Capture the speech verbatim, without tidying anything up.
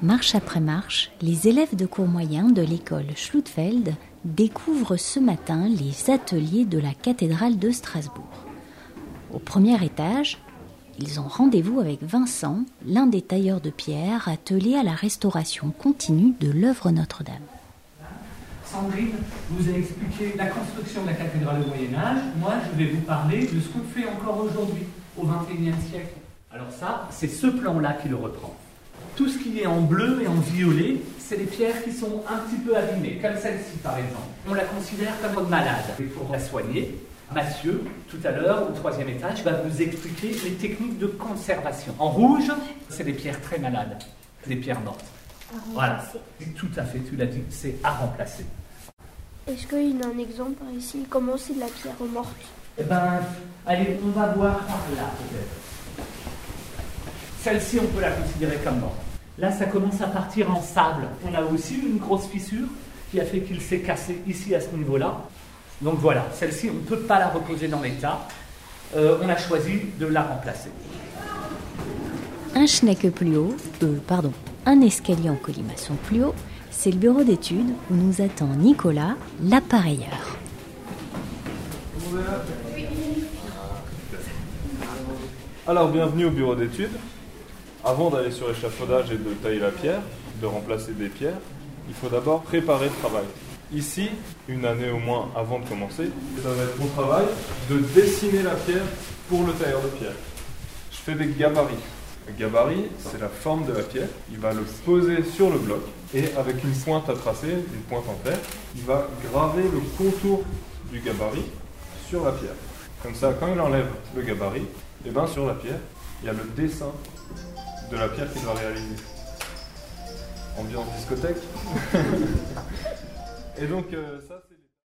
Marche après marche, les élèves de cours moyen de l'école Schlutfeld découvrent ce matin les ateliers de la cathédrale de Strasbourg. Au premier étage, ils ont rendez-vous avec Vincent, l'un des tailleurs de pierre attelé à la restauration continue de l'œuvre Notre-Dame. Sandrine vous a expliqué la construction de la cathédrale au Moyen-Âge. Moi, je vais vous parler de ce qu'on fait encore aujourd'hui, au vingt et unième siècle. Alors ça, c'est ce plan-là qui le reprend. Tout ce qui est en bleu et en violet, c'est les pierres qui sont un petit peu abîmées, comme celle-ci par exemple. On la considère comme malade. Et pour la soigner, Mathieu, tout à l'heure, au troisième étage, va vous expliquer les techniques de conservation. En rouge, c'est des pierres très malades, des pierres mortes. Voilà, tout à fait, tu l'as dit, c'est à remplacer. Est-ce qu'il y a un exemple par ici? Comment c'est de la pierre morte? Eh bien, allez, on va voir par là peut-être. Celle-ci, on peut la considérer comme morte. Là, ça commence à partir en sable. On a aussi une grosse fissure qui a fait qu'il s'est cassé ici à ce niveau-là. Donc voilà, celle-ci, on ne peut pas la reposer dans l'état. Euh, on a choisi de la remplacer. Un schneck plus haut, euh, pardon, un escalier en colimaçon plus haut, c'est le bureau d'études où nous attend Nicolas, l'appareilleur. Alors, bienvenue au bureau d'études. Avant d'aller sur l'échafaudage et de tailler la pierre, de remplacer des pierres, il faut d'abord préparer le travail. Ici, une année au moins avant de commencer, ça va être mon travail de dessiner la pierre pour le tailleur de pierre. Je fais des gabarits. Le gabarit, c'est la forme de la pierre. Il va le poser sur le bloc et avec une pointe à tracer, une pointe en terre, il va graver le contour du gabarit sur la pierre. Comme ça, quand il enlève le gabarit, et bien sur la pierre, il y a le dessin de la pierre qu'il va réaliser. Ambiance discothèque. Et donc, euh, ça c'est...